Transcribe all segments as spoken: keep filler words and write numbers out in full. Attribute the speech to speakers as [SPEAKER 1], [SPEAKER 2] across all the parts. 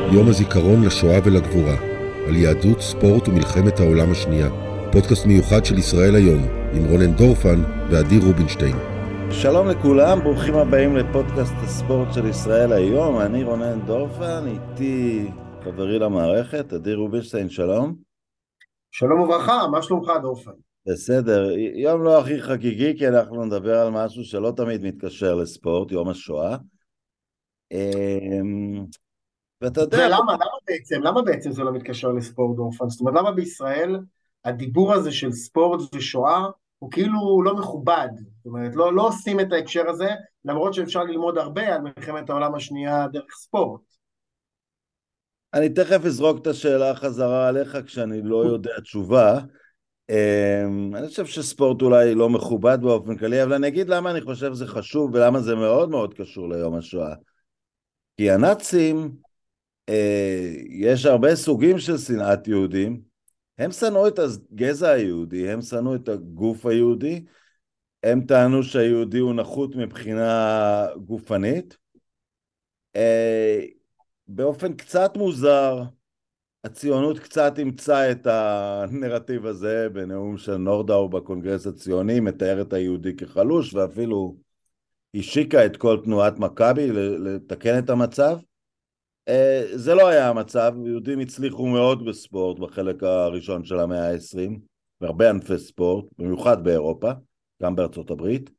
[SPEAKER 1] יום הזיכרון לשואה ולגבורה, על יהדות, ספורט ומלחמת העולם השנייה. פודקאסט מיוחד של ישראל היום, עם רונן דורפן ועדי רובינשטיין.
[SPEAKER 2] שלום לכולם, ברוכים הבאים לפודקאסט הספורט של ישראל היום. אני רונן דורפן, איתי חברי למערכת, עדי רובינשטיין, שלום.
[SPEAKER 3] שלום וברכה, מה שלומך דורפן?
[SPEAKER 2] בסדר, יום לא הכי חגיגי, כי אנחנו נדבר על משהו שלא תמיד מתקשר לספורט, יום השואה. ואתה יודע...
[SPEAKER 3] ולמה, למה בעצם, למה בעצם זה לא מתקשר לספורט דורפן? זאת אומרת, למה בישראל הדיבור הזה של ספורט ושואה הוא כאילו לא מכובד? זאת אומרת, לא, לא עושים את ההקשר הזה, למרות שאפשר ללמוד הרבה על מלחמת העולם השנייה דרך ספורט.
[SPEAKER 2] אני תכף אזרוק את השאלה חזרה עליך כשאני לא יודע תשובה. אני חושב שספורט אולי לא מכובד באופן כללי, אבל אני אגיד למה אני חושב שזה חשוב ולמה זה מאוד מאוד קשור ליום השואה. כי הנאצים, יש הרבה סוגים של שנאת יהודים, הם שנאו את הגזע היהודי, הם שנאו את הגוף היהודי, הם טענו שהיהודי הוא נחות מבחינה גופנית. באופן קצת מוזר, הציונות קצת אימצה את הנרטיב הזה בנאום של נורדאו בקונגרס הציוני, מתאר את היהודי כחלוש, ואפילו השיקה את כל תנועת מכבי לתקן את המצב. זה לא היה המצב, יהודים הצליחו מאוד בספורט בחלק הראשון של המאה ה-עשרים, והרבה ענפי ספורט, במיוחד באירופה, גם בארצות הברית.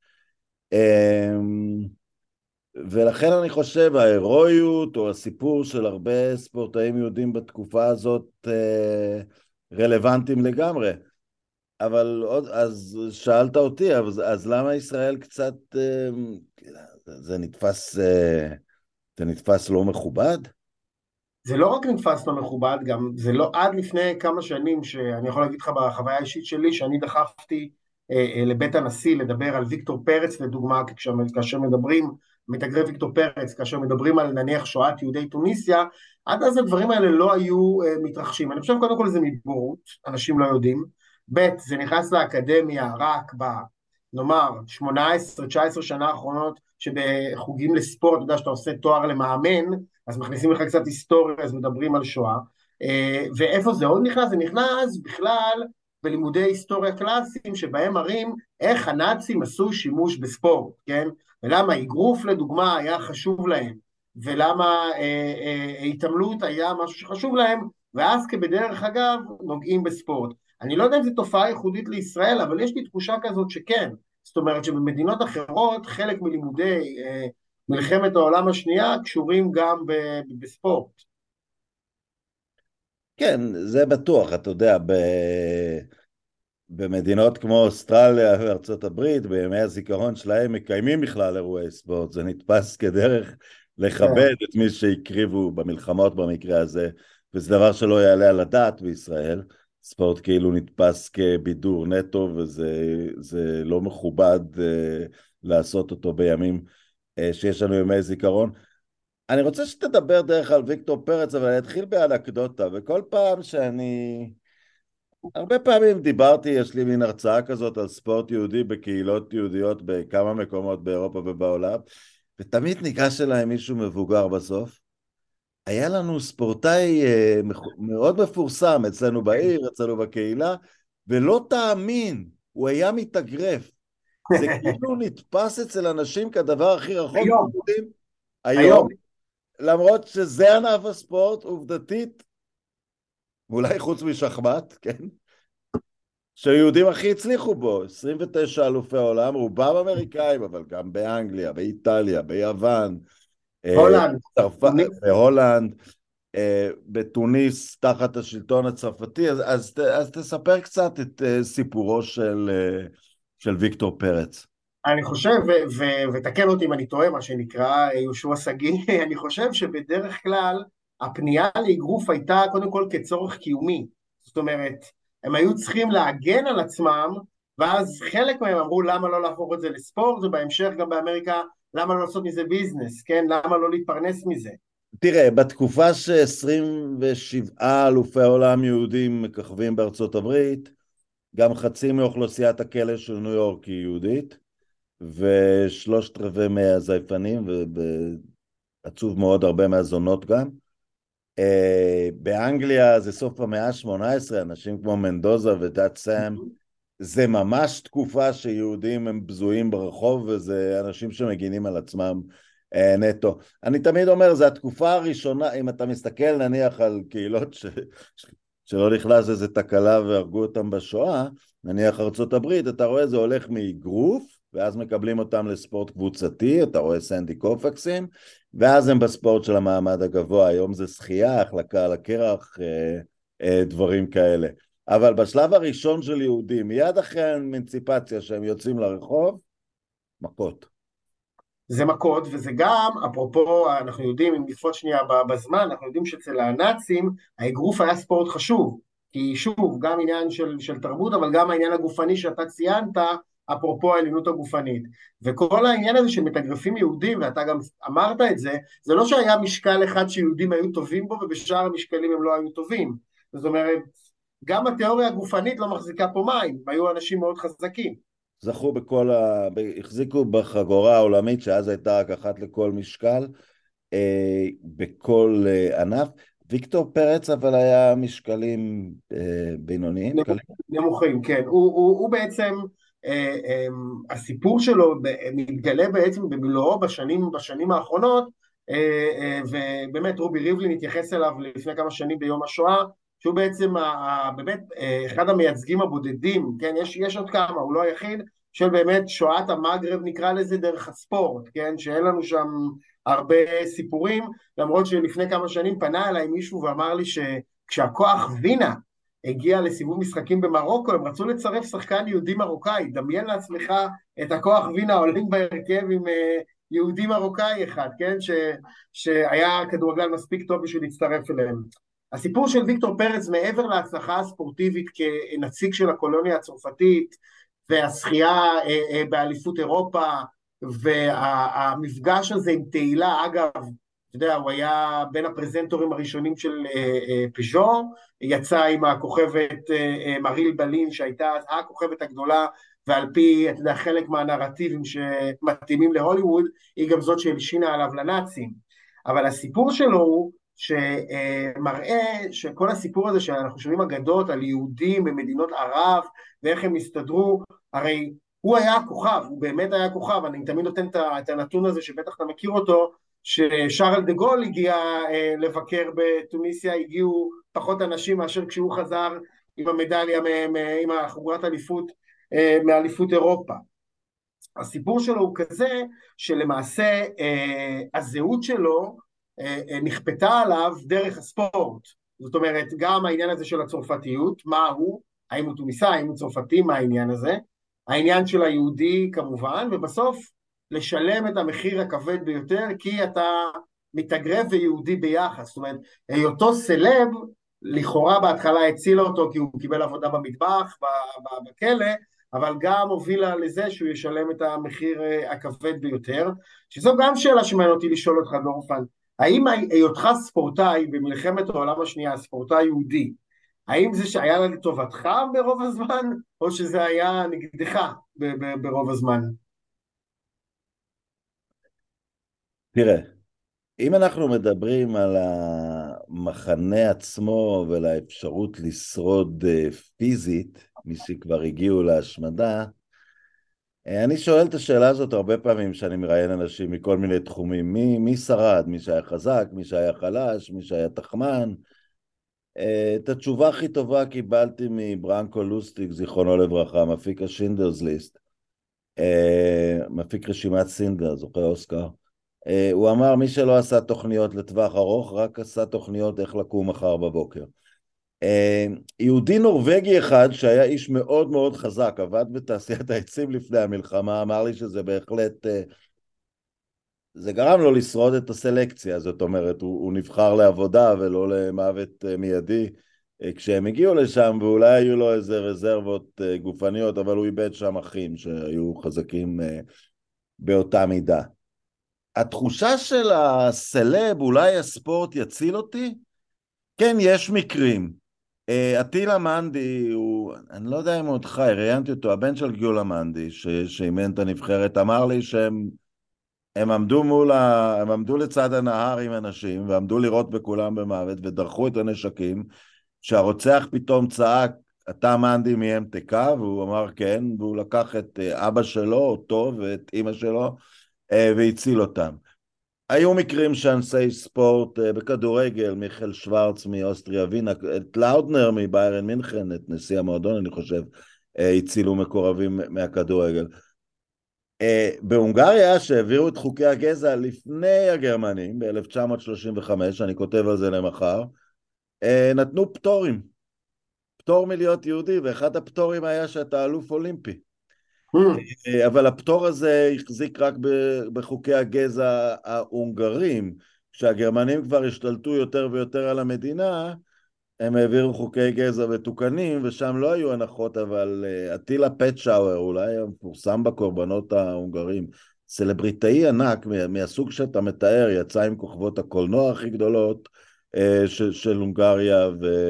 [SPEAKER 2] ולכן אני חושב ההירואיות או הסיפור של הרבה ספורטאים יהודים בתקופה הזאת רלוונטיים לגמרי. אבל עוד, אז שאלת אותי, אז, אז למה ישראל קצת, זה נתפס, זה נתפס לא מכובד?
[SPEAKER 3] זה לא רק נתפס לא מכובד, גם זה לא עד לפני כמה שנים, שאני יכול להגיד לך בחוויה האישית שלי, שאני דחפתי אה, לבית הנשיא לדבר על ויקטור פרץ לדוגמה, כאשר, כאשר מדברים, מתאגרי ויקטור פרץ, כאשר מדברים על נניח שואת יהודי טוניסיה, עד אז הדברים האלה לא היו אה, מתרחשים. אני חושב קודם כל זה מבורות, אנשים לא יודעים, ב' זה נכנס לאקדמיה רק ב... נאמר, שמונה עשרה תשע עשרה שנה האחרונות, שבחוגים לספורט, אתה יודע שאתה עושה תואר למאמן, אז מכניסים לך קצת היסטוריה, אז מדברים על שואה, ואיפה זה עוד נכנס? זה נכנס בכלל בלימודי היסטוריה קלאסיים, שבהם מראים איך הנאצים עשו שימוש בספורט, כן? ולמה אגרוף לדוגמה היה חשוב להם, ולמה התעמלות היה משהו שחשוב להם, ואז כבדרך אגב נוגעים בספורט. אני לא יודע אם זו תופעה ייחודית לישראל, אבל יש לי תחושה כזאת שכן, זאת אומרת שבמדינות אחרות חלק מלימודי אה, מלחמת העולם השנייה קשורים גם ב- בספורט.
[SPEAKER 2] כן, זה בטוח, אתה יודע, ב... במדינות כמו אוסטרליה וארצות הברית, בימי הזיכרון שלהם מקיימים בכלל אירועי ספורט, זה נתפס כדרך לכבד את מי שהקריבו במלחמות במקרה הזה, וזה דבר שלא יעלה על הדעת בישראל. ספורט כאילו נתפס כבידור נטו, וזה זה לא מכובד uh, לעשות אותו בימים uh, שיש לנו ימי זיכרון. אני רוצה שתדבר דרך על ויקטור פרץ, אבל אני אתחיל באנקדוטה, וכל פעם שאני... הרבה פעמים דיברתי, יש לי מין הרצאה כזאת על ספורט יהודי בקהילות יהודיות בכמה מקומות באירופה ובעולם, ותמיד ניגש אליי מישהו מבוגר בסוף. היה לנו ספורטאי מאוד מפורסם אצלנו בעיר, אצלנו בקהילה, ולא תאמין, הוא היה מתאגרף. זה כאילו נתפס אצל אנשים כדבר הכי רחוק.
[SPEAKER 3] היום.
[SPEAKER 2] היום. היום. למרות שזה ענף הספורט, עובדתית, ואולי חוץ משחמט, כן? שהיהודים הכי הצליחו בו, עשרים ותשעה אלופי עולם, רובם אמריקאים, אבל גם באנגליה, באיטליה, ביוון,
[SPEAKER 3] הולנד,
[SPEAKER 2] בהולנד, בתוניס תחת השלטון הצרפתי. אז, אז, אז תספר קצת את סיפורו של, של ויקטור פרץ.
[SPEAKER 3] אני חושב, ו- ו- ותקן אותי אם אני טועה, מה שנקרא יהושע שגיא, אני חושב שבדרך כלל הפנייה לאגרוף הייתה קודם כל כצורך קיומי, זאת אומרת, הם היו צריכים להגן על עצמם, ואז חלק מהם אמרו למה לא להפוך את זה לספורט, ובהמשך גם באמריקה למה לא לעשות מזה ביזנס, כן? למה לא להתפרנס מזה?
[SPEAKER 2] תראה, בתקופה ש-עשרים ושבעה אלופי עולם יהודים מככבים בארצות הברית, גם חצי מאוכלוסיית הכלא של ניו יורק היא יהודית, ושלושת רבעי מהזייפנים, ועצוב מאוד הרבה מהזונות גם. באנגליה זה סוף המאה ה-שמונה עשרה, אנשים כמו מנדוזה ודאט סאם, זה ממש תקופה שיהודים הם בזויים ברחוב, וזה אנשים שמגינים על עצמם אה, נטו. אני תמיד אומר, זו התקופה הראשונה, אם אתה מסתכל נניח על קהילות ש... שלא נכנס איזה תקלה והרגו אותם בשואה, נניח ארצות הברית, אתה רואה זה הולך מאגרוף, ואז מקבלים אותם לספורט קבוצתי, אתה רואה סנדי קופקסים, ואז הם בספורט של המעמד הגבוה, היום זה שחייה, החלקה על הקרח, אה, אה, דברים כאלה. אבל בשלב הראשון של יהודים, מיד אחרי האמנציפציה שהם יוצאים לרחוב, מכות.
[SPEAKER 3] זה מכות, וזה גם, אפרופו, אנחנו יודעים, אם נפרוט שנייה בזמן, אנחנו יודעים שאצל הנאצים, האגרוף היה ספורט חשוב, כי שוב, גם עניין של, של תרבות, אבל גם העניין הגופני שאתה ציינת, אפרופו העליונות הגופנית. וכל העניין הזה של מתאגרפים יהודים, ואתה גם אמרת את זה, זה לא שהיה משקל אחד שיהודים היו טובים בו, ובשאר המשקלים הם לא היו טובים. זאת אומרת, גם התיאוריה הגופנית לא מחזיקה פה מים, היו אנשים מאוד חזקים.
[SPEAKER 2] זכו בכל ה... החזיקו בחגורה העולמית, שאז הייתה רק אחת לכל משקל, אה, בכל אה, ענף. ויקטור פרץ אבל היה משקלים אה, בינוניים.
[SPEAKER 3] נמוכים, נמוכים, כן. הוא, הוא, הוא בעצם, אה, אה, הסיפור שלו מתגלה בעצם במילואו בשנים, בשנים האחרונות, אה, אה, ובאמת רובי ריבלין התייחס אליו לפני כמה שנים ביום השואה, שהוא בעצם ה, באמת אחד המייצגים הבודדים, כן, יש, יש עוד כמה, הוא לא היחיד, של באמת שואת המגרב נקרא לזה דרך הספורט, כן, שאין לנו שם הרבה סיפורים, למרות שלפני כמה שנים פנה אליי מישהו ואמר לי שכשהכוח וינה הגיע לסיבוב משחקים במרוקו, הם רצו לצרף שחקן יהודי מרוקאי, דמיין לעצמך את הכוח וינה עולים בהרכב עם יהודי מרוקאי אחד, כן, ש, שהיה כדורגלן מספיק טוב בשביל להצטרף אליהם. הסיפור של ויקטור פרץ מעבר להצלחה הספורטיבית כנציג של הקולוניה הצרפתית והשחייה באליפות אירופה והמפגש הזה עם תהילה, אגב, אתה יודע, הוא היה בין הפרזנטורים הראשונים של פז'ו, יצא עם הכוכבת מריל בלין שהייתה הכוכבת הגדולה, ועל פי, אתה יודע, חלק מהנרטיבים שמתאימים להוליווד, היא גם זאת שהלשינה עליו לנאצים. אבל הסיפור שלו הוא שמראה שכל הסיפור הזה שאנחנו שומעים אגדות על יהודים במדינות ערב ואיך הם הסתדרו, הרי הוא היה כוכב, הוא באמת היה כוכב, אני תמיד נותן את הנתון הזה שבטח אתה מכיר אותו, ששארל דה גול הגיע לבקר בתוניסיה, הגיעו פחות אנשים מאשר כשהוא חזר עם המדליה, עם החגורת אליפות, מאליפות אירופה. הסיפור שלו הוא כזה שלמעשה הזהות שלו נכפתה עליו דרך הספורט, זאת אומרת גם העניין הזה של הצרפתיות, מה הוא, האם הוא תוניסאי, האם הוא צרפתי, מה העניין הזה, העניין של היהודי כמובן, ובסוף לשלם את המחיר הכבד ביותר, כי אתה מתאגרף ויהודי ביחס, זאת אומרת, היותו סלב, לכאורה בהתחלה הצילה אותו, כי הוא קיבל עבודה במטבח, בכלא, אבל גם הובילה לזה שהוא ישלם את המחיר הכבד ביותר, שזו גם שאלה שמעניין אותי לשאול אותך דורפן, האם היותך ספורטאי במלחמת העולם השנייה, ספורטאי יהודי, האם זה שהיה לטובתך ברוב הזמן, או שזה היה נגדך ברוב הזמן?
[SPEAKER 2] תראה, אם אנחנו מדברים על המחנה עצמו ולאפשרות לשרוד פיזית, מי שכבר הגיעו להשמדה, אני שואל את השאלה הזאת הרבה פעמים שאני מראיין אנשים מכל מיני תחומים, מי, מי שרד, מי שהיה חזק, מי שהיה חלש, מי שהיה תחמן. את התשובה הכי טובה קיבלתי מברנקו לוסטיק, זיכרונו לברכה, מפיק השינדלרס ליסט, מפיק רשימת סינדלר, זוכה אוסקר. הוא אמר, מי שלא עשה תוכניות לטווח ארוך, רק עשה תוכניות איך לקום מחר בבוקר. יהודי נורווגי אחד שהיה איש מאוד מאוד חזק, עבד בתעשיית העצים לפני המלחמה, אמר לי שזה בהחלט, זה גרם לו לשרוד את הסלקציה, זאת אומרת, הוא, הוא נבחר לעבודה ולא למוות מיידי כשהם הגיעו לשם, ואולי היו לו איזה רזרבות גופניות, אבל הוא איבד שם אחים שהיו חזקים באותה מידה. התחושה של הסלב, אולי הספורט יציל אותי? כן, יש מקרים. אטילה מנדי, הוא, אני לא יודע אם הוא עוד חי, ראיינתי אותו, הבן של גיולה מנדי, שאימן את הנבחרת, אמר לי שהם הם עמדו מול ה... הם עמדו לצד הנהר עם אנשים, ועמדו לראות בכולם במוות, ודרכו את הנשקים, שהרוצח פתאום צעק, אתה מנדי מ-אם טי קה, והוא אמר כן, והוא לקח את אבא שלו, אותו, ואת אמא שלו, והציל אותם. היו מקרים שאנסי ספורט בכדורגל, מיכל שוורץ מאוסטריה ווינה, את לאודנר מביירן מינכן, את נשיא המועדון, אני חושב, הצילו מקורבים מהכדורגל. בהונגריה, שהעבירו את חוקי הגזע לפני הגרמנים, ב-אלף תשע מאות שלושים וחמש, אני כותב על זה למחר, נתנו פטורים, פטור מלהיות יהודי, ואחד הפטורים היה שאתה אלוף אולימפי. אבל הפטור הזה החזיק רק בחוקי הגזע ההונגרים. כשהגרמנים כבר השתלטו יותר ויותר על המדינה, הם העבירו חוקי גזע מתוקנים, ושם לא היו הנחות, אבל אטילה פטשאואר, אולי המפורסם בקורבנות ההונגרים, סלבריטאי ענק מהסוג שאתה מתאר, יצא עם כוכבות הקולנוע הכי גדולות של, של הונגריה,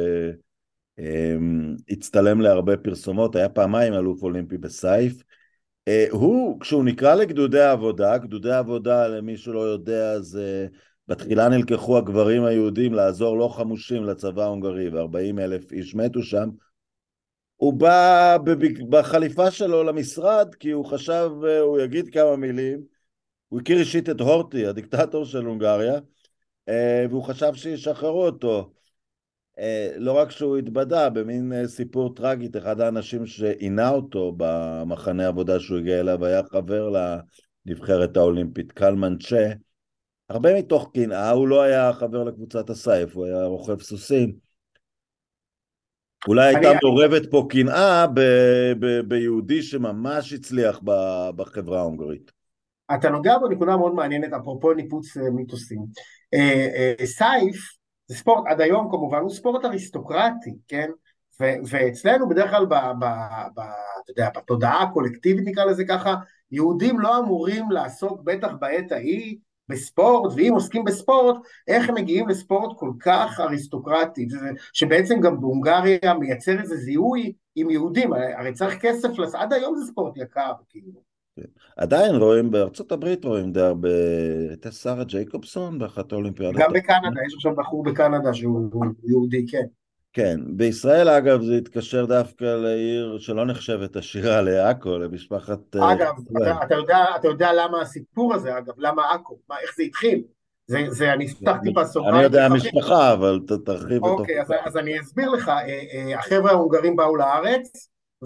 [SPEAKER 2] והצטלם להרבה פרסומות, היה פעמיים אלוף אולימפי בסייף. הוא, כשהוא נקרא לגדודי העבודה, גדודי העבודה, למי שלא יודע, זה בתחילה נלקחו הגברים היהודים לעזור לא חמושים לצבא ההונגרי, ו-ארבעים אלף איש מתו שם. הוא בא בחליפה שלו למשרד, כי הוא חשב, הוא יגיד כמה מילים, הוא הכיר אישית את הורטי, הדיקטטור של הונגריה, והוא חשב שישחררו אותו. לא רק שהוא התבדה, במין סיפור טרגית, אחד האנשים שעינה אותו במחנה עבודה שהוא הגיע אליו, היה חבר לנבחרת האולימפית, קלמן צ'ה, הרבה מתוך קנאה, הוא לא היה חבר לקבוצת הסייף, הוא היה רוכב סוסים. אולי הייתה מעורבת פה קנאה ב- ב- ביהודי שממש הצליח ב- בחברה ההונגרית.
[SPEAKER 3] אתה נוגע בנקודה מאוד מעניינת, אפרופו ניפוץ מיתוסים. סייף, זה ספורט, עד היום כמובן, הוא ספורט אריסטוקרטי, כן? ו- ואצלנו בדרך כלל, ב- ב- ב- אתה יודע, בתודעה הקולקטיבית נקרא לזה ככה, יהודים לא אמורים לעסוק בטח בעת ההיא, בספורט, ואם עוסקים בספורט, איך הם מגיעים לספורט כל כך אריסטוקרטי, שבעצם גם בהונגריה מייצר איזה זיהוי עם יהודים, הרי צריך כסף, עד היום זה ספורט יקר, כאילו.
[SPEAKER 2] עדיין רואים, בארצות הברית רואים די הרבה, את שרה ג'ייקובסון באחת האולימפיאדות.
[SPEAKER 3] גם בקנדה, יש עכשיו בחור בקנדה שהוא יהודי, כן.
[SPEAKER 2] כן, בישראל אגב זה התקשר דווקא לעיר שלא נחשבת עשירה, לעכו, למשפחת...
[SPEAKER 3] אגב, אתה, אתה, יודע, אתה יודע למה הסיפור הזה, אגב, למה עכו, מה, איך זה התחיל? זה, זה, אני אפתח טיפה סוגריים.
[SPEAKER 2] אני יודע המשפחה, אבל תרחיב אותו.
[SPEAKER 3] אוקיי, אז, אז אני אסביר לך, החבר'ה ההונגרים באו לארץ,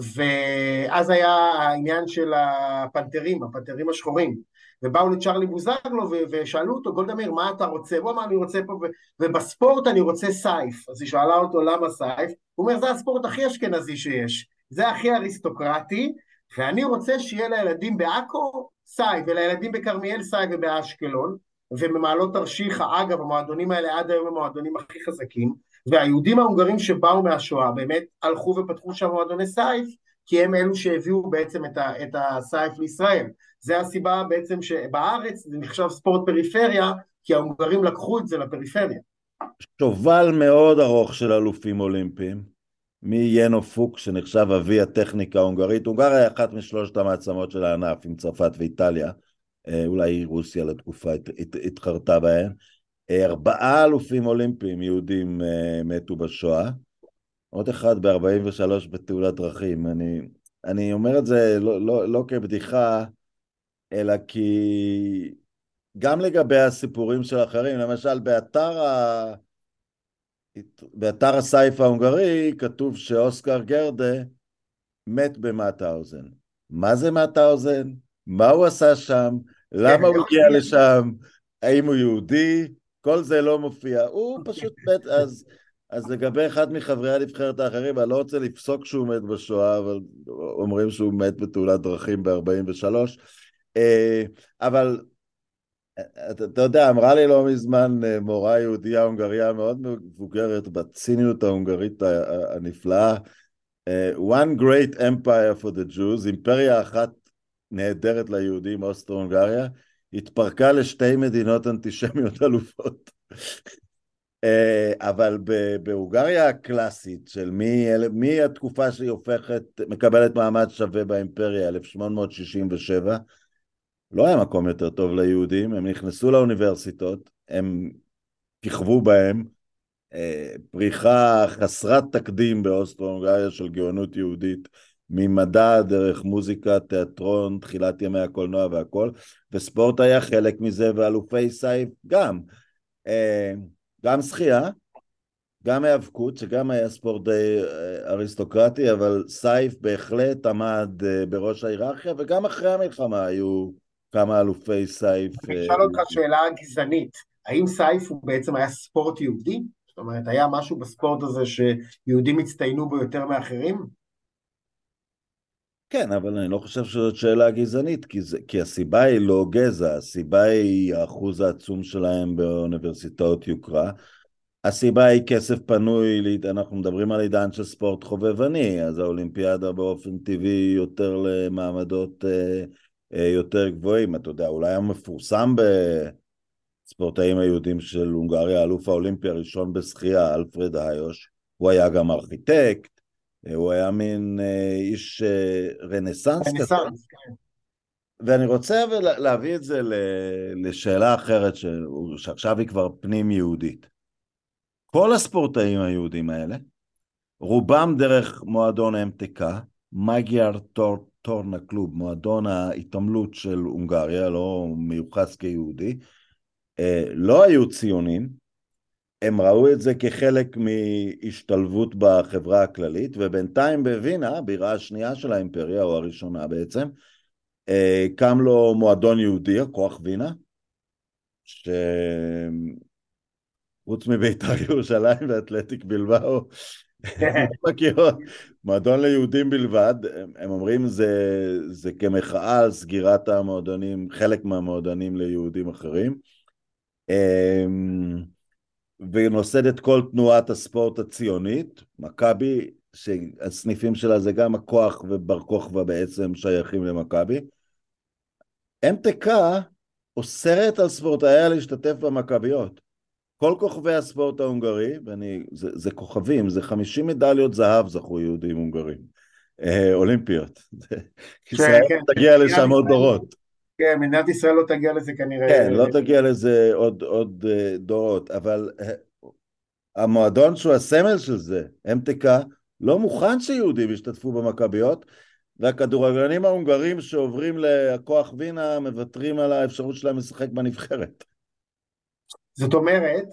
[SPEAKER 3] ואז היה העניין של הפנתרים, הפנתרים השחורים, ובאו לצ'רלי בוזגלו ושאלו אותו, גולדמיר, מה אתה רוצה? הוא אמר, אני רוצה פה, ובספורט אני רוצה סייף. אז היא שאלה אותו, למה סייף? הוא אומר, זה הספורט הכי אשכנזי שיש, זה הכי אריסטוקרטי, ואני רוצה שיהיה לילדים בעכו סייף, ולילדים בכרמיאל סייף ובאשקלון, וממעלות תרשיחא, אגב, המועדונים האלה עד היום הם המועדונים הכי חזקים, והיהודים ההונגרים שבאו מהשואה באמת הלכו ופתחו שם מועדוני סייף, כי הם אלו שהביאו בעצם את, ה, את הסייף לישראל. זה הסיבה בעצם שבארץ זה נחשב ספורט פריפריה, כי ההונגרים לקחו את זה לפריפריה.
[SPEAKER 2] שובל מאוד ארוך של אלופים אולימפיים, מיינו פוק שנחשב אבי הטכניקה ההונגרית, הונגריה היא אחת משלושת המעצמות של הענף, עם צרפת ואיטליה, אולי רוסיה לתקופה התחרתה בהן, ארבעה אלופים אולימפיים יהודים מתו בשואה, עוד אחד ב-ארבעים ושלוש בתאונת דרכים. אני, אני אומר את זה לא, לא, לא כבדיחה, אלא כי גם לגבי הסיפורים של אחרים, למשל באתר, ה... באתר הסייף ההונגרי כתוב שאוסקר גרדה מת במאטהאוזן. מה זה מאטהאוזן? מה הוא עשה שם? למה הוא הגיע לשם? האם הוא יהודי? כל זה לא מופיע. הוא פשוט מת. אז, אז לגבי אחד מחברי הנבחרת האחרים, אני לא רוצה לפסוק שהוא מת בשואה, אבל אומרים שהוא מת בתאונת דרכים ב-ארבעים ושלוש. אבל אתה, אתה יודע, אמרה לי לא מזמן מורה יהודיה הונגריה מאוד מבוגרת בציניות ההונגרית הנפלאה, one great empire for the Jews, אימפריה אחת נהדרת ליהודים, אוסטרו-הונגריה, התפרקה לשתי מדינות אנטישמיות אלופות. אבל בהונגריה הקלאסית של מי, מי התקופה שהיא הופכת, מקבלת מעמד שווה באימפריה, אלף שמונה מאות שישים ושבע, לא היה מקום יותר טוב ליהודים, הם נכנסו לאוניברסיטות, הם כיכבו בהם, פריחה חסרת תקדים באוסטרו-הונגריה של גאונות יהודית, ממדע דרך מוזיקה, תיאטרון, תחילת ימי הקולנוע והכל, וספורט היה חלק מזה, ואלופי סייף גם. גם שחייה, גם היאבקות, שגם היה ספורט די אריסטוקרטי, אבל סייף בהחלט עמד בראש ההיררכיה, וגם אחרי המלחמה היו כמה אלופי סייף.
[SPEAKER 3] אני אשאל אותך שאלה גזענית, האם סייף הוא בעצם היה ספורט יהודי? זאת אומרת, היה משהו בספורט הזה שיהודים הצטיינו בו יותר מאחרים?
[SPEAKER 2] כן, אבל אני לא חושב שזאת שאלה גזענית, כי, זה, כי הסיבה היא לא גזע, הסיבה היא האחוז העצום שלהם באוניברסיטאות יוקרה, הסיבה היא כסף פנוי, אנחנו מדברים על עידן של ספורט חובבני, אז האולימפיאדה באופן טבעי יותר למעמדות אה, אה, יותר גבוהים, אתה יודע, אולי המפורסם בספורטאים היהודים של הונגריה, האלוף האולימפי הראשון בשחייה, אלפרד היוש, הוא היה גם ארכיטקט, הוא היה מין אה, איש אה, רנסנס כזה. כן. ואני רוצה להביא את זה לשאלה אחרת, ש... שעכשיו היא כבר פנים יהודית. כל הספורטאים היהודים האלה, רובם דרך מועדון אם טי קה, מגיאר טור, טורנה קלוב, מועדון ההתעמלות של הונגריה, לא מיוחס כיהודי, אה, לא היו ציונים, הם ראו את זה כחלק מהשתלבות בחברה הכללית, ובינתיים בווינה, בירה השנייה של האימפריה, או הראשונה בעצם, קם לו מועדון יהודי, כוח וינה, שחוץ מבית"ר ירושלים ואתלטיק בלבאו, מועדון ליהודים בלבד, הם אומרים זה, זה כמחאה על סגירת המועדונים, חלק מהמועדונים ליהודים אחרים, ונוסד את כל תנועת הספורט הציונית, מכבי, שהסניפים שלה זה גם הכוח ובר כוכבא בעצם שייכים למכבי. אם טי קה אוסרת על ספורטאיה להשתתף במכביות. כל כוכבי הספורט ההונגרי, ואני, זה, זה כוכבים, זה חמישים מדליות זהב זכו יהודים הונגרים, אה, אולימפיות. ישראל כן, תגיע לשם עוד דורות.
[SPEAKER 3] כן, מדינת ישראל לא תגיע לזה כנראה.
[SPEAKER 2] כן, לא תגיע לזה עוד, עוד דורות, אבל המועדון שהוא הסמל של זה, אם טי קה, לא מוכן שיהודים ישתתפו במכביות, והכדורגלנים ההונגרים שעוברים לכוח וינה, מבטרים על האפשרות שלהם לשחק בנבחרת.
[SPEAKER 3] זאת אומרת,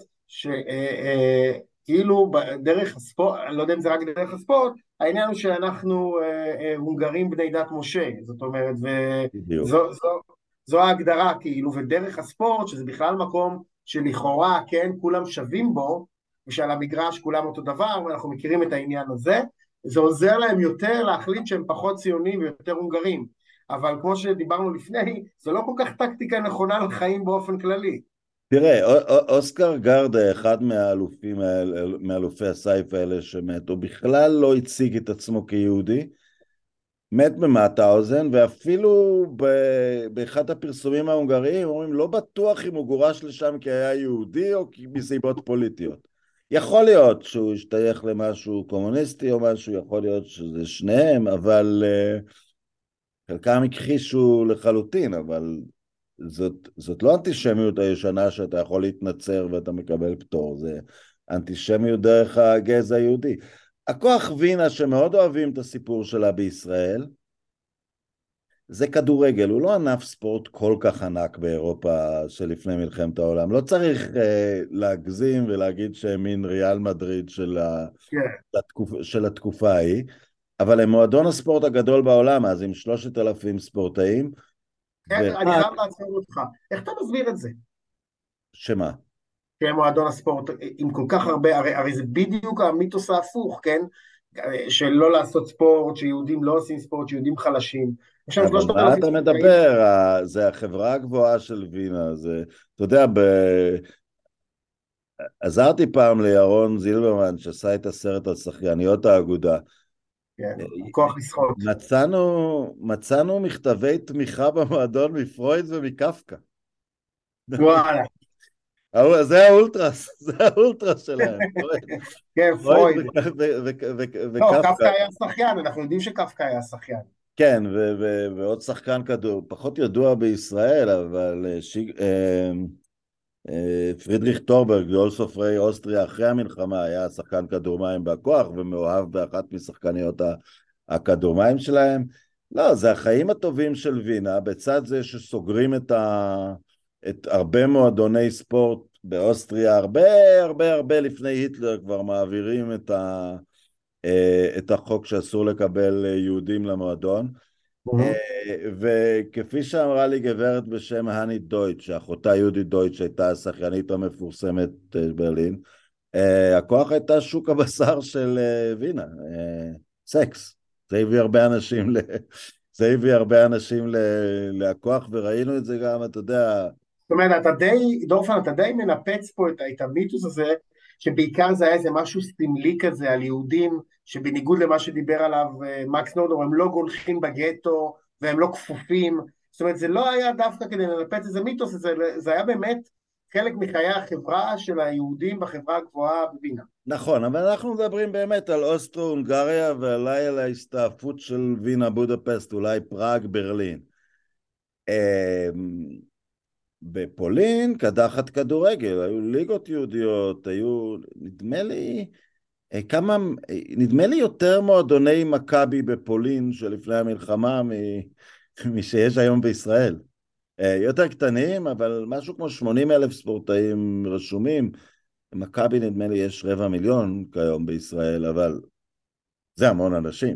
[SPEAKER 3] שכאילו דרך הספורט, אני לא יודע אם זה רק דרך הספורט, העניין הוא שאנחנו הונגרים בני דת משה, זאת אומרת, וזו... זו, זו ההגדרה, כאילו, ודרך הספורט, שזה בכלל מקום שלכאורה, כן, כולם שווים בו, ושעל המגרש כולם אותו דבר, ואנחנו מכירים את העניין הזה, זה עוזר להם יותר להחליט שהם פחות ציונים ויותר הונגרים, אבל כמו שדיברנו לפני, זה לא כל כך טקטיקה נכונה לחיים באופן כללי.
[SPEAKER 2] תראה, אוסקר גרדה, אחד מהאלופים, מאלופי הסייף האלה שמת, הוא בכלל לא הציג את עצמו כיהודי, מת במאוטהאוזן, ואפילו באחד הפרסומים ההונגריים אומרים, לא בטוח אם הוא גורש לשם כי היה יהודי או מסיבות פוליטיות. יכול להיות שהוא השתייך למשהו קומוניסטי או משהו, יכול להיות שזה שניהם, אבל uh, חלקם הכחישו לחלוטין, אבל זאת, זאת לא אנטישמיות הישנה שאתה יכול להתנצר ואתה מקבל פטור, זה אנטישמיות דרך הגזע היהודי. הכוח וינה שמאוד אוהבים את הסיפור שלה בישראל, זה כדורגל, הוא לא ענף ספורט כל כך ענק באירופה שלפני מלחמת העולם, לא צריך uh, להגזים ולהגיד שהם מין ריאל מדריד של, ה... yeah. התקופ... של התקופה ההיא, אבל הם מועדון הספורט הגדול בעולם, אז עם שלושת אלפים ספורטאים.
[SPEAKER 3] כן, ו... אני חייב לעצור אותך, איך אתה מסביר את זה?
[SPEAKER 2] שמה?
[SPEAKER 3] שהם מועדון הספורט עם כל כך הרבה, הרי, הרי זה בדיוק המיתוס ההפוך, כן? של לא לעשות ספורט, שיהודים לא עושים ספורט, שיהודים חלשים.
[SPEAKER 2] אבל מה אתה מדבר? זה החברה הגבוהה של וינה, זה, אתה יודע, ב... עזרתי פעם לירון זילברמן, שעשה את הסרט על שחייניות האגודה.
[SPEAKER 3] כן, כוח לשחות.
[SPEAKER 2] מצאנו, מצאנו מכתבי תמיכה במועדון מפרויד ומקפקא.
[SPEAKER 3] וואלה.
[SPEAKER 2] זה האולטרס, זה האולטרס שלהם.
[SPEAKER 3] כן, פרויד. לא, קפקא היה שחיין, אנחנו יודעים שקפקא היה שחיין.
[SPEAKER 2] כן, ו- ו- ועוד שחקן כדור, פחות ידוע בישראל, אבל אה, שיג... אה, אה, פרידריך טורברג, גדול סופרי אוסטריה אחרי המלחמה, היה שחקן כדור מים בכוח ומאוהב באחת משחקניות ה- הכדור מים שלהם. לא, זה החיים הטובים של וינה, בצד זה שסוגרים את, ה... את הרבה מועדוני ספורט באוסטריה, הרבה הרבה הרבה לפני היטלר כבר מעבירים את, ה... אה, את החוק שאסור לקבל יהודים למועדון.
[SPEAKER 3] Mhm.
[SPEAKER 2] וכפי שאמרה לי גברת בשם הני דויטש, אחותה יהודית דויטש הייתה השחיינית המפורסמת ברלין, הכוח הייתה שוק הבשר של וינה, סקס. זה הביא הרבה אנשים ל... זה הביא הרבה אנשים ל... לכוח, וראינו את זה גם, אתה יודע...
[SPEAKER 3] זאת אומרת, אתה די, דורפן, אתה די מנפץ פה את, את המיתוס הזה, שבעיקר זה היה איזה משהו סמלי כזה על יהודים, שבניגוד למה שדיבר עליו uh, מקס נורדור, הם לא גולחים בגטו, והם לא כפופים. זאת אומרת, זה לא היה דווקא כדי לנפץ איזה מיתוס, זה, זה היה באמת חלק מחיי החברה של היהודים בחברה הגבוהה בווינה.
[SPEAKER 2] נכון, אבל אנחנו מדברים באמת על אוסטרו-הונגריה, ואולי על ההסתעפות של וינה בודפסט, אולי פראג, ברלין. בפולין קדחת כדורגל, היו ליגות יהודיות, היו, נדמה לי, כמה, נדמה לי יותר מועדוני מכבי בפולין שלפני המלחמה משיש היום בישראל. יותר קטנים, אבל משהו כמו שמונים אלף ספורטאים רשומים. מכבי נדמה לי יש רבע מיליון כיום בישראל, אבל זה המון אנשים.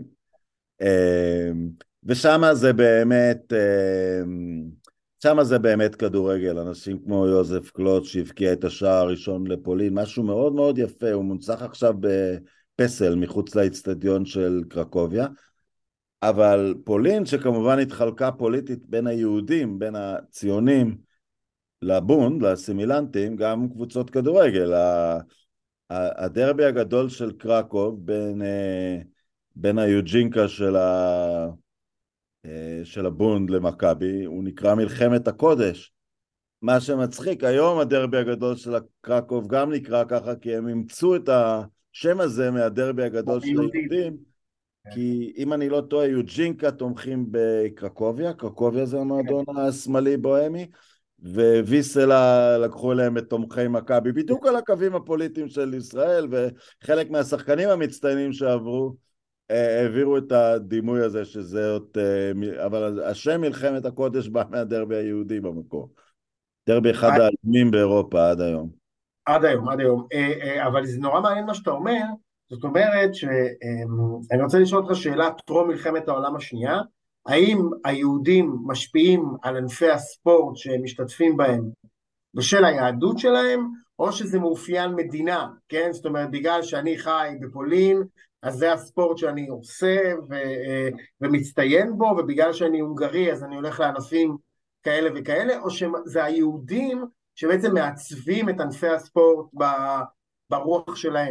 [SPEAKER 2] ושם זה באמת... שם זה באמת כדורגל, אנשים כמו יוזף קלוט שהבקיע את השער הראשון לפולין, משהו מאוד מאוד יפה, הוא מונצח עכשיו בפסל מחוץ לאצטדיון של קרקוביה, אבל פולין שכמובן התחלקה פוליטית בין היהודים, בין הציונים לבונד, לסימילנטים, גם קבוצות כדורגל, הדרבי הגדול של קרקוב בין, בין היוג'ינקה של ה... של הבונד למכבי, הוא נקרא מלחמת הקודש. מה שמצחיק, היום הדרבי הגדול של קרקוב גם נקרא ככה, כי הם אימצו את השם הזה מהדרבי הגדול של היהודים, כי אם אני לא טועה, יוג'ינקה תומכים בקרקוביה, קרקוביה זה המועדון השמאלי בוהמי, וויסלה לקחו להם את תומכי מכבי, בדיוק על הקווים הפוליטיים של ישראל, וחלק מהשחקנים המצטיינים שעברו, העבירו את הדימוי הזה שזה עוד, אבל השם מלחמת הקודש בא מהדרבי היהודי במקור. דרבי אחד האלימים באירופה עד היום.
[SPEAKER 3] עד היום, עד היום. אבל זה נורא מעניין מה שאתה אומר, זאת אומרת שאני רוצה לשאול אותך שאלה טרום מלחמת העולם השנייה, האם היהודים משפיעים על ענפי הספורט שהם משתתפים בהם בשל היהדות שלהם, או שזה מאופיין מדינה, כן? זאת אומרת, בגלל שאני חי בפולין, אז זה הספורט שאני עושה ו- ומצטיין בו, ובגלל שאני הונגרי, אז אני הולך לענפים כאלה וכאלה, או שזה היהודים שבעצם מעצבים את ענפי הספורט ברוח שלהם.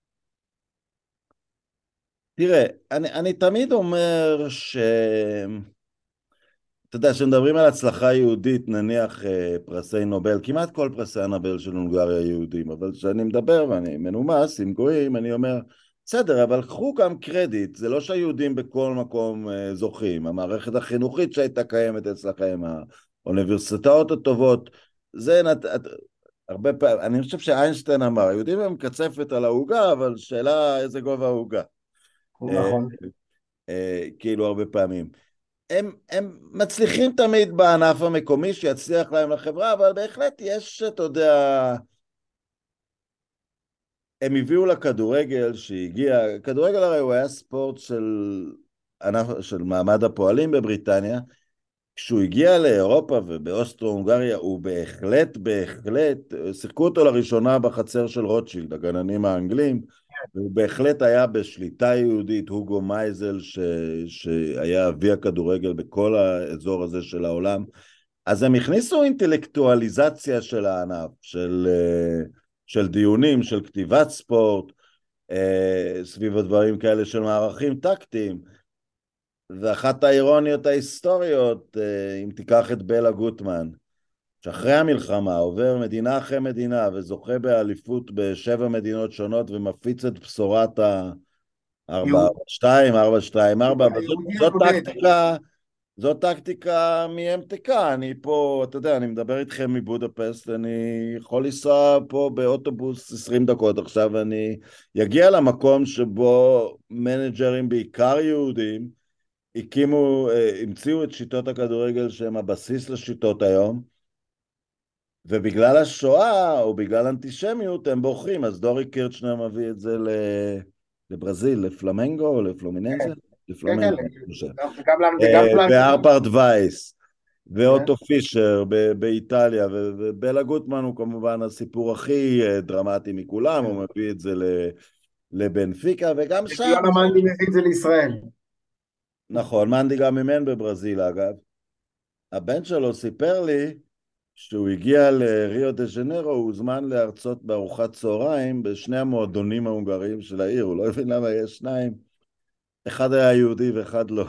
[SPEAKER 2] תראה, אני, אני תמיד אומר ש... אתה יודע, כשמדברים על הצלחה יהודית, נניח פרסי נובל, כמעט כל פרסי הנובל של הונגריה יהודים, אבל כשאני מדבר ואני מנומס עם גויים, אני אומר, בסדר, אבל קחו גם קרדיט, זה לא שהיהודים בכל מקום זוכים, המערכת החינוכית שהייתה קיימת אצלכם, האוניברסיטאות הטובות, זה נת... הרבה פעמים, אני חושב שאיינשטיין אמר, היהודים הם קצפת על ההוגה, אבל שאלה איזה גובה ההוגה.
[SPEAKER 3] נכון.
[SPEAKER 2] כאילו הרבה פעמים. הם, הם מצליחים תמיד בענף המקומי שיצליח להם לחברה, אבל בהחלט יש, אתה יודע, הם הביאו לכדורגל שהגיע, כדורגל הרי הוא היה ספורט של, ענף, של מעמד הפועלים בבריטניה, כשהוא הגיע לאירופה ובאוסטרו-הונגריה, הוא בהחלט, בהחלט, שיחקו אותו לראשונה בחצר של רוטשילד, הגננים האנגלים, והוא בהחלט היה בשליטה יהודית, הוגו מייזל, ש... שהיה אבי הכדורגל בכל האזור הזה של העולם, אז הם הכניסו אינטלקטואליזציה של הענף, של, של דיונים, של כתיבת ספורט, סביב הדברים כאלה של מערכים טקטיים, ואחת האירוניות ההיסטוריות, אם תיקח את בלה גוטמן, שאחרי המלחמה עובר מדינה אחרי מדינה וזוכה באליפות בשבע מדינות שונות ומפיץ את בשורת ארבע ארבע שתיים, ארבע שתיים ארבע, אבל זאת,
[SPEAKER 3] היהודי
[SPEAKER 2] זאת
[SPEAKER 3] הבודד.
[SPEAKER 2] טקטיקה, זאת טקטיקה מ-אם טי קי, אני פה, אתה יודע, אני מדבר איתכם מבודפסט, אני יכול לנסוע פה באוטובוס עשרים דקות, עכשיו אני אגיע למקום שבו מנג'רים בעיקר יהודים, הקימו, אה, המציאו את שיטות הכדורגל שהם הבסיס לשיטות היום, ובגלל השואה או בגלל אנטישמיות הם בורחים, אז דורי קירצ'נר מביא את זה לברזיל, לפלמנגו או לפלומיננזה?
[SPEAKER 3] כן, כן,
[SPEAKER 2] לפלמנגו, אני חושב.
[SPEAKER 3] וגם לאן, וגם
[SPEAKER 2] אה,
[SPEAKER 3] לאן.
[SPEAKER 2] והרפרד וייס,
[SPEAKER 3] כן.
[SPEAKER 2] ואוטו פישר ב- באיטליה, ו- ובלה גוטמן הוא כמובן הסיפור הכי אה, דרמטי מכולם, הוא מביא את זה ל- לבנפיקה, וגם שם,
[SPEAKER 3] ויונה מנדי מביא את זה לישראל.
[SPEAKER 2] נכון, מנדי גם אימן בברזיל אגב, הבן שלו סיפר לי, כשהוא הגיע לריו דה ז'נרו, הוא הוזמן להרצות בארוחת צהריים בשני המועדונים ההונגריים של העיר, הוא לא הבין למה יש שניים, אחד היה יהודי ואחד לא.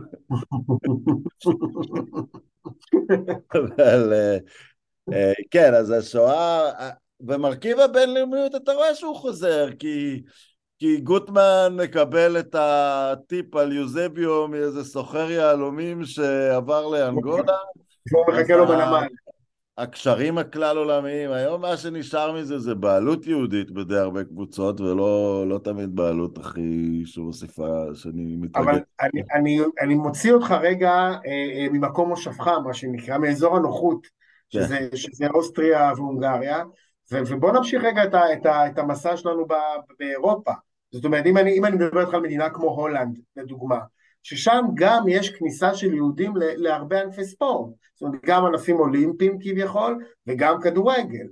[SPEAKER 2] אבל אה, אה, כן, אז השואה, אה, במרכיב הבינלאומיות אתה רואה שהוא חוזר, כי, כי גוטמן מקבל את הטיפ על יוזביו מאיזה סוחר יהלומים שעבר לאנגולה,
[SPEAKER 3] והוא
[SPEAKER 2] אז
[SPEAKER 3] מחכה לו בנמל.
[SPEAKER 2] הקשרים הכלל עולמיים, היום מה שנשאר מזה זה בעלות יהודית בדי הרבה קבוצות, ולא לא תמיד בעלות הכי שמוסיפה, שאני מתרגל.
[SPEAKER 3] אבל אני, אני, אני מוציא אותך רגע אה, אה, ממקום מושבך, מה שנקרא, מאזור הנוחות,
[SPEAKER 2] כן,
[SPEAKER 3] שזה, שזה אוסטריה והונגריה, ו, ובוא נמשיך רגע את, ה, את, ה, את המסע שלנו ב, באירופה. זאת אומרת, אם אני, אם אני מדבר איתך על מדינה כמו הולנד, לדוגמה, ששם גם יש כניסה של יהודים ל, להרבה ענפי ספורט, זאת אומרת, גם ענפים אולימפיים כביכול, וגם כדורגל.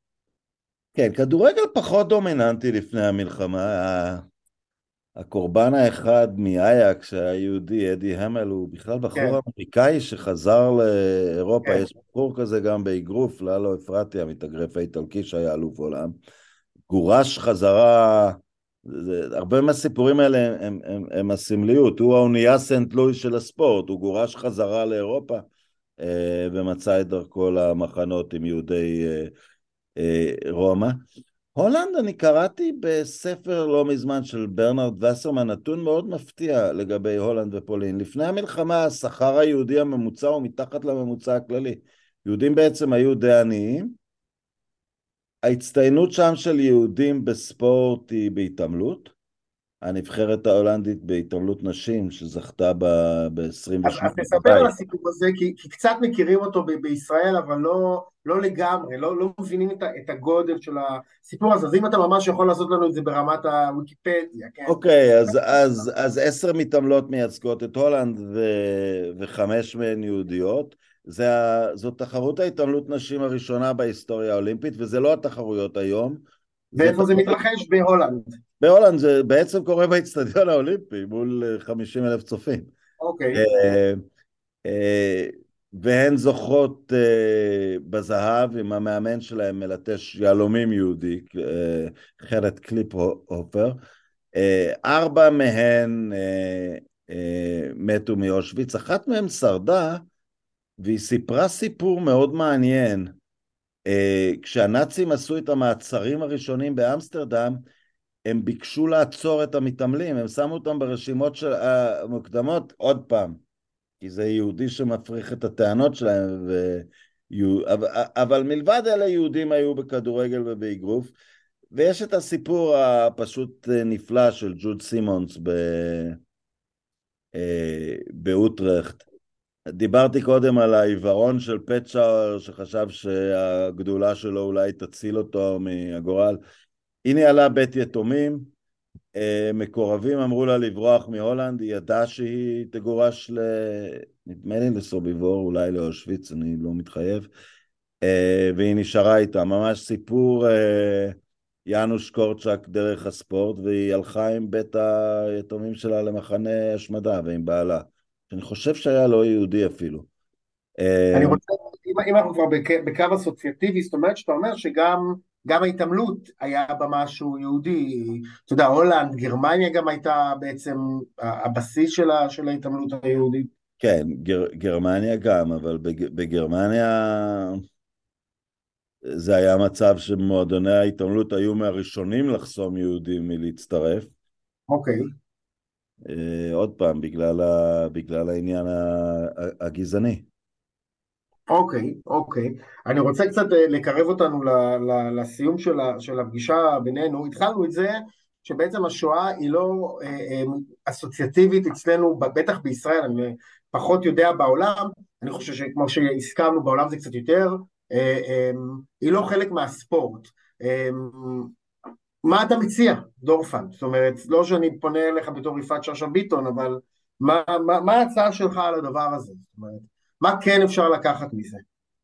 [SPEAKER 2] כן, כדורגל פחות דומיננטי לפני המלחמה, ה- הקורבן האחד מאייקס שהיה יהודי, אדי המל, הוא בכלל
[SPEAKER 3] כן,
[SPEAKER 2] בחור אמריקאי שחזר לאירופה,
[SPEAKER 3] כן.
[SPEAKER 2] יש בחור כזה גם באגרוף, ללו אפרתי, המתאגרף האיטלקי שהיה אלוף עולם, גורש חזרה, זה, הרבה מהסיפורים האלה הם, הם, הם, הם הסמליות, הוא האונייה סנט לואי של הספורט, הוא גורש חזרה לאירופה אה, ומצא את דרכו למחנות עם יהודי אה, אה, רומא. הולנד, אני קראתי בספר לא מזמן של ברנרד וסרמן, נתון מאוד מפתיע לגבי הולנד ופולין. לפני המלחמה השכר היהודי הממוצע הוא מתחת לממוצע הכללי. יהודים בעצם היו די עניים, ההצטיינות שם של יהודים בספורט היא בהתעמלות, הנבחרת ההולנדית בהתעמלות נשים שזכתה ב-עשרים
[SPEAKER 3] אז, אז
[SPEAKER 2] ושמונה
[SPEAKER 3] תספר על
[SPEAKER 2] בבית.
[SPEAKER 3] הסיפור הזה, כי, כי קצת מכירים אותו ב- בישראל, אבל לא, לא לגמרי, לא, לא מבינים את, ה- את הגודל של הסיפור הזה. אז אם אתה ממש יכול לעשות לנו את זה ברמת הוויקיפדיה, כן?
[SPEAKER 2] אוקיי, אז, אז, אז עשר מתעמלות מייצגות את הולנד ו, וחמש מהן יהודיות. זה, ה- זאת תחרות ההתעמלות נשים הראשונה בהיסטוריה האולימפית, וזה לא התחרויות היום. זה
[SPEAKER 3] ואיפה זה
[SPEAKER 2] תחרות...
[SPEAKER 3] מתרחש? בהולנד.
[SPEAKER 2] בהולנד זה בעצם קורה באצטדיון האולימפי מול אה, חמישים אלף צופים.
[SPEAKER 3] אוקיי.
[SPEAKER 2] אה, אה, והן זוכות אה, בזהב עם המאמן שלהם מלטש יהלומים יהודי, אה, חרד קליפ-הופר. אה, ארבע מהן אה, אה, מתו מאושוויץ, אחת מהן שרדה, והיא סיפרה סיפור מאוד מעניין. אה, כשהנאצים עשו את המעצרים הראשונים באמסטרדם, הם ביקשו לעצור את המתעמלים, הם שמו אותם ברשימות של, המוקדמות עוד פעם, כי זה יהודי שמפריך את הטענות שלהם, ו... אבל, אבל מלבד אלה יהודים היו בכדורגל ובאגרוף, ויש את הסיפור הפשוט נפלא של ג'וד סימונס ב... באוטרכט. דיברתי קודם על העיוורון של פצ'אר, שחשב שהגדולה שלו אולי תציל אותו מהגורל. הנה עלה בית יתומים, מקורבים אמרו לה לברוח מהולנד, היא ידעה שהיא תגורש ל... נדמה לי לסוביבור, אולי לאושוויץ, אני לא מתחייב, והיא נשארה איתה, ממש סיפור יאנוש קורצ'ק דרך הספורט, והיא הלכה עם בית היתומים שלה למחנה השמדה ועם בעלה, שאני חושב שהיה לא יהודי אפילו.
[SPEAKER 3] אני רוצה, אם, אם אנחנו כבר בק, בקו אסוציאטיבי, זאת אומרת שאתה אומר שגם גם ההתעמלות היה בה משהו יהודי, אתה יודע, הולנד, גרמניה גם הייתה בעצם הבסיס שלה, של ההתעמלות היהודית.
[SPEAKER 2] כן, גר, גרמניה גם, אבל בג, בגרמניה זה היה מצב שמועדוני ההתעמלות היו מהראשונים לחסום יהודים מלהצטרף.
[SPEAKER 3] אוקיי.
[SPEAKER 2] אה, עוד פעם, בגלל, ה, בגלל העניין ה- ה- הגזעני.
[SPEAKER 3] אוקיי, אוקיי. אני רוצה קצת אה, לקרב אותנו ל- ל- לסיום של ה- של הפגישה בינינו. התחלנו את זה שבעצם השואה היא לא אה, אה, אסוציאטיבית אצלנו, ב- בטח בישראל, אני פחות יודע בעולם, אני חושב שכמו שהזכרנו בעולם זה קצת יותר, אה, אה, היא לא חלק מהספורט. אה, מה אתה מציע, דורפן? זאת אומרת, לא שאני פונה אליך בתור יפעת שאשא ביטון, אבל מה, מה, מה ההצעה שלך על הדבר הזה? זאת אומרת, מה כן אפשר לקחת מזה?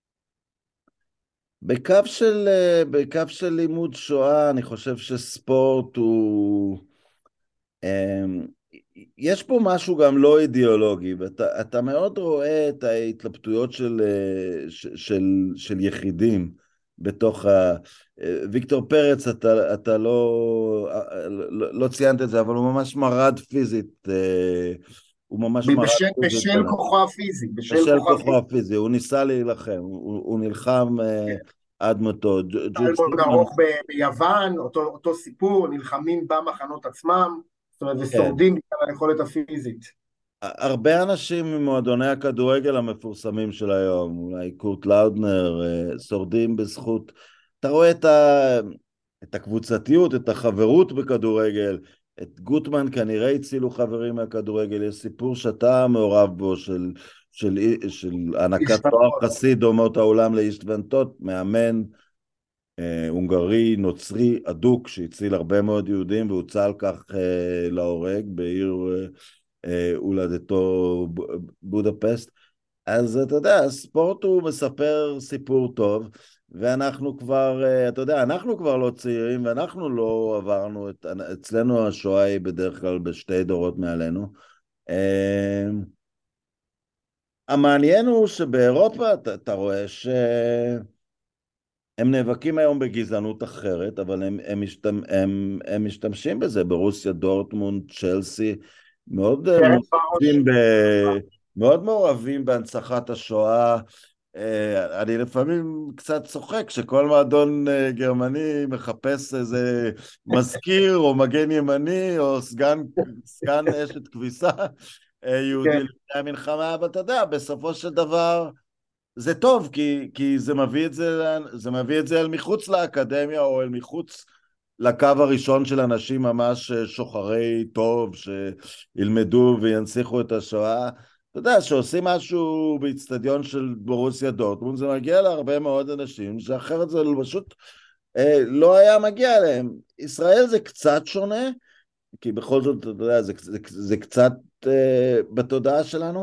[SPEAKER 2] בקו של, אה, בקו של לימוד שואה, אני חושב שספורט הוא... אמ, יש פה משהו גם לא אידיאולוגי, ואתה אתה מאוד רואה את ההתלבטויות של, אה, ש- של, של יחידים בתוך ה... אה, ויקטור פרץ, אתה, אתה לא, אה, לא, לא ציינת את זה, אבל הוא ממש מרד פיזית, אה, הוא ממש מרד
[SPEAKER 3] בשל,
[SPEAKER 2] פיזית
[SPEAKER 3] בשל כוחו הפיזי, בשל
[SPEAKER 2] בשל
[SPEAKER 3] כוחו
[SPEAKER 2] כוחו
[SPEAKER 3] הפיזי.
[SPEAKER 2] הפיזי, הוא ניסה להילחם, הוא, הוא נלחם אה, עד מותו. ג'- ג'ורג'
[SPEAKER 3] תלמוד
[SPEAKER 2] פרידמן,
[SPEAKER 3] ארוך ב- ביוון, אותו, אותו סיפור, נלחמים במחנות עצמם, זאת אומרת,
[SPEAKER 2] כן.
[SPEAKER 3] ושורדים בגלל היכולת הפיזית.
[SPEAKER 2] הרבה אנשים ממועדוני הכדורגל המפורסמים של היום, אולי קורט לאודנר, אה, שורדים בזכות, אתה רואה את, ה... את הקבוצתיות, את החברות בכדורגל, את גוטמן כנראה הצילו חברים מהכדורגל, יש סיפור שאתה מעורב בו של, של, של הענקת תואר
[SPEAKER 3] השתתפות.
[SPEAKER 2] חסיד אומות העולם לאיש ונטות, מאמן אה, הונגרי, נוצרי, אדוק, שהציל הרבה מאוד יהודים והוצא על כך אה, להורג בעיר אה, אה, הולדתו ב- בודפסט. אז אתה יודע, הספורט הוא מספר סיפור טוב, ואנחנו כבר, אה, אתה יודע, אנחנו כבר לא צעירים, ואנחנו לא עברנו את, אצלנו השואה היא בדרך כלל בשתי דורות מעלינו. אה, המעניין הוא שבאירופה אתה, אתה רואה ש... הם נאבקים היום בגזענות אחרת, אבל הם, הם, משתמ, הם, הם משתמשים בזה ברוסיה, דורטמונד, צ'לסי, מאוד אה,
[SPEAKER 3] קרן
[SPEAKER 2] מעורבים, ב,
[SPEAKER 3] בראש.
[SPEAKER 2] מאוד מעורבים בהנצחת השואה. אה, אני לפעמים קצת צוחק שכל מועדון אה, גרמני מחפש איזה מזכיר או מגן ימני או סגן, סגן אשת כביסה אה, יהודי
[SPEAKER 3] כן.
[SPEAKER 2] לפני המלחמה, אבל אתה יודע, בסופו של דבר זה טוב, כי, כי זה מביא את זה, זה מביא את זה אל מחוץ לאקדמיה, או אל מחוץ לקו הראשון של אנשים ממש שוחרי טוב, שילמדו וינציחו את השואה. אתה יודע, שעושים משהו באצטדיון של בורוסיה דורטמונד, זה מגיע להרבה מאוד אנשים, שאחרת זה פשוט אה, לא היה מגיע אליהם. ישראל זה קצת שונה, כי בכל זאת, אתה יודע, זה, זה, זה קצת אה, בתודעה שלנו,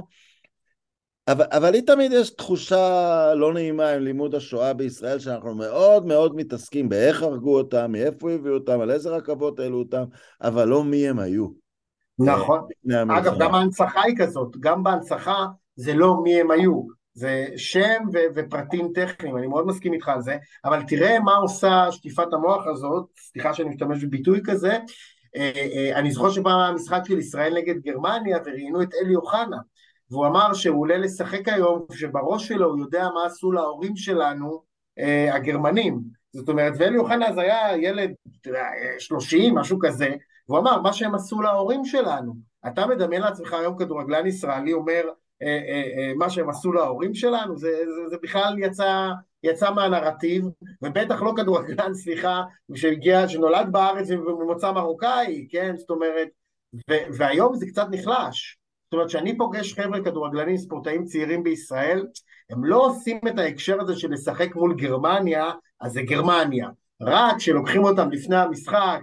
[SPEAKER 2] אבל, אבל לי תמיד יש תחושה לא נעימה עם לימוד השואה בישראל, שאנחנו מאוד מאוד מתעסקים באיך הרגו אותם, מאיפה הביאו אותם, על איזה רכבות העלו אותם, אבל לא מי הם היו אה,
[SPEAKER 3] נכון.
[SPEAKER 2] לפני
[SPEAKER 3] אגב,
[SPEAKER 2] המלחמה.
[SPEAKER 3] גם ההנצחה היא כזאת, גם בהנצחה זה לא מי הם היו, זה שם ו- ופרטים טכניים, אני מאוד מסכים איתך על זה, אבל תראה מה עושה שטיפת המוח הזאת, סליחה שאני משתמש בביטוי כזה, אה, אה, אני זוכר שבא המשחק של ישראל נגד גרמניה וראיינו את אלי אוחנה, והוא אמר שהוא עולה לשחק היום, שבראש שלו הוא יודע מה עשו להורים שלנו, אה, הגרמנים, זאת אומרת, ואלי אוחנה אז היה ילד, אתה יודע, שלושים, משהו כזה, והוא אמר, מה שהם עשו להורים שלנו. אתה מדמיין לעצמך היום כדורגלן ישראלי אומר, אה, אה, אה, מה שהם עשו להורים שלנו, זה, זה, זה בכלל יצא, יצא מהנרטיב, ובטח לא כדורגלן, סליחה, שהגיע, שנולד בארץ וממוצא מרוקאי, כן, זאת אומרת, ו, והיום זה קצת נחלש. זאת אומרת, שאני פוגש חבר'ה כדורגלנים, ספורטאים צעירים בישראל, הם לא עושים את ההקשר הזה של לשחק מול גרמניה, אז זה גרמניה. רק כשלוקחים אותם לפני המשחק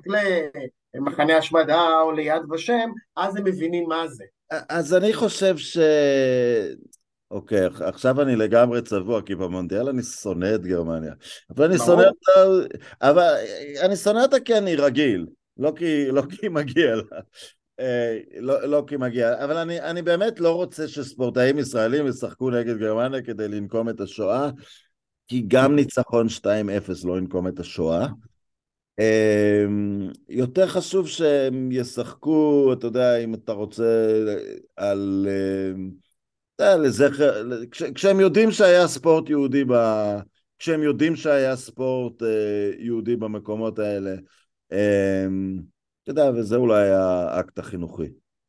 [SPEAKER 3] למחנה השמדה או ליד ושם, אז הם מבינים מה זה.
[SPEAKER 2] אז אני חושב ש... אוקיי, עכשיו אני לגמרי צבוע, כי במונדיאל אני שונא את גרמניה. אבל אני שונא
[SPEAKER 3] ברור.
[SPEAKER 2] אותה, אבל אני שונא אותה כי אני רגיל, לא כי, לא כי מגיע לה. אה, לא, לא כי מגיע, אבל אני, אני באמת לא רוצה שספורטאים ישראלים ישחקו נגד גרמניה כדי לנקום את השואה, כי גם ניצחון שתיים אפס לא ינקום את השואה. אה, יותר חשוב שהם ישחקו, אתה יודע, אם אתה רוצה, על... אה, אתה יודע, לזכר, כש, כשהם יודעים שהיה ספורט יהודי ב... כשהם יודעים שהיה ספורט אה, יהודי במקומות האלה, אה, אתה יודע, וזה אולי האקט החינוכי.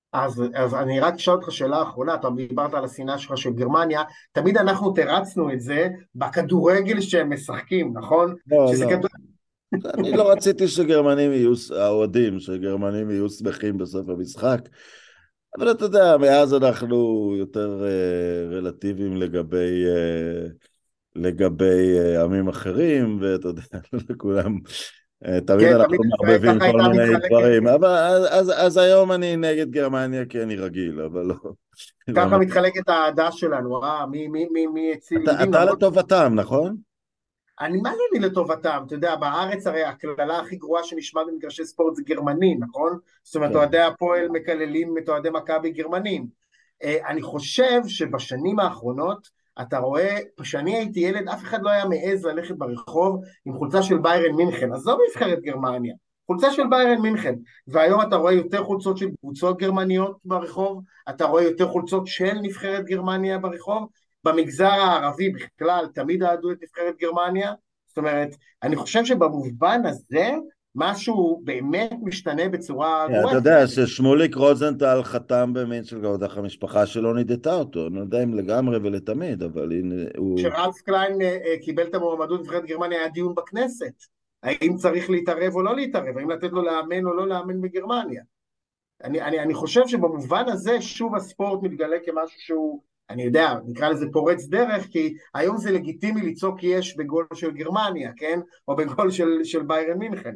[SPEAKER 3] אז, אז אני רק אשאל אותך שאלה אחרונה, אתה דיברת על השנאה שלך של גרמניה, תמיד אנחנו תרצנו את זה בכדורגל שהם משחקים, נכון?
[SPEAKER 2] לא,
[SPEAKER 3] שזה
[SPEAKER 2] לא.
[SPEAKER 3] כדור...
[SPEAKER 2] אני לא רציתי שגרמנים יהיו, האוהדים, שגרמנים יהיו שמחים בסוף המשחק, אבל אתה יודע, מאז אנחנו יותר אה, רלטיביים לגבי, אה, לגבי אה, עמים אחרים, ואתה יודע, לכולם, אה, תמיד
[SPEAKER 3] כן, תמיד
[SPEAKER 2] אנחנו
[SPEAKER 3] ישראל
[SPEAKER 2] מערבבים
[SPEAKER 3] ככה
[SPEAKER 2] כל
[SPEAKER 3] הייתה
[SPEAKER 2] מיני
[SPEAKER 3] מתחלקת,
[SPEAKER 2] דברים, אבל אז, אז, אז היום אני נגד גרמניה כי אני רגיל, אבל לא, לא.
[SPEAKER 3] ככה מתחלקת האהדה שלנו, אה, מי, מי, מי, מי הציל
[SPEAKER 2] אתה,
[SPEAKER 3] יהודים,
[SPEAKER 2] אתה
[SPEAKER 3] למרות
[SPEAKER 2] לטובתם, נכון?
[SPEAKER 3] אני מה זה לי לטובתם, אתה יודע, בארץ הרי הקללה הכי גרועה שנשמע במגרשי ספורט זה גרמני, נכון? זאת אומרת,
[SPEAKER 2] כן.
[SPEAKER 3] אוהדי הפועל מקללים את אוהדי מכבי גרמנים. אה, אני חושב שבשנים האחרונות, אתה רואה, כשאני הייתי ילד, אף אחד לא היה מעז ללכת ברחוב עם חולצה של ביירן מינכן, עזוב נבחרת גרמניה, חולצה של ביירן מינכן, והיום אתה רואה יותר חולצות של קבוצות גרמניות ברחוב, אתה רואה יותר חולצות של נבחרת גרמניה ברחוב, במגזר הערבי בכלל תמיד אהדו את נבחרת גרמניה, זאת אומרת, אני חושב שבמובן הזה, משהו באמת משתנה בצורה
[SPEAKER 2] אתה
[SPEAKER 3] גורפת.
[SPEAKER 2] יודע ששמוליק רוזנטל חתם במינצ'לגרד, אך המשפחה שלו נידתה אותו, אני לא יודע אם לגמרי ולתמיד, אבל הנה הוא...
[SPEAKER 3] כשרלף קליין אה, אה, קיבל את המועמדות נבחרת גרמניה, היה דיון בכנסת, האם צריך להתערב או לא להתערב, האם לתת לו לאמן או לא לאמן בגרמניה. אני, אני, אני חושב שבמובן הזה, שוב הספורט מתגלה כמשהו שהוא, אני יודע, נקרא לזה פורץ דרך, כי היום זה לגיטימי לצעוק יש בגול של גרמניה, כן? או בגול של, של ביירן מינכן.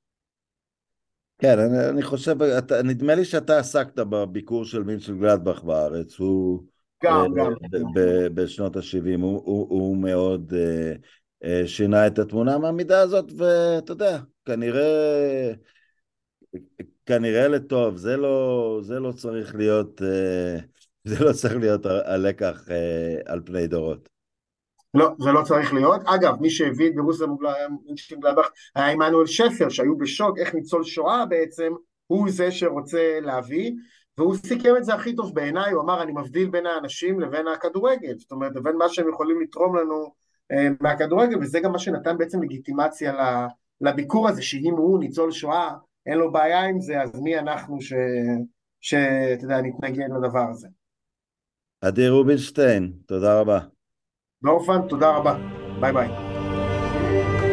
[SPEAKER 2] כן, אני, אני חושב, אתה, נדמה לי שאתה עסקת בביקור של מינצ'ל גלדבך בארץ, הוא אה,
[SPEAKER 3] גם, גם.
[SPEAKER 2] ב, ב, בשנות ה-שבעים, הוא, הוא, הוא מאוד אה, אה, שינה את התמונה מהמידה הזאת, ואתה יודע, כנראה, כנראה לטוב, זה לא, זה לא צריך להיות, אה, זה לא צריך להיות ה- הלקח אה, על פני דורות.
[SPEAKER 3] לא, זה לא צריך להיות. אגב, מי שהביא את ברוסיה מונצ'נגלדבך היה עמנואל שפר, שהיו בשוק איך ניצול שואה בעצם, הוא זה שרוצה להביא, והוא סיכם את זה הכי טוב בעיניי, הוא אמר, אני מבדיל בין האנשים לבין הכדורגל, זאת אומרת, לבין מה שהם יכולים לתרום לנו אה, מהכדורגל, וזה גם מה שנתן בעצם לגיטימציה לביקור הזה, שאם הוא ניצול שואה, אין לו בעיה עם זה, אז מי אנחנו ש... שאתה יודע, נתנגד לדבר הזה.
[SPEAKER 2] עדי רובינשטיין, תודה רבה.
[SPEAKER 3] באופן, תודה רבה. ביי ביי.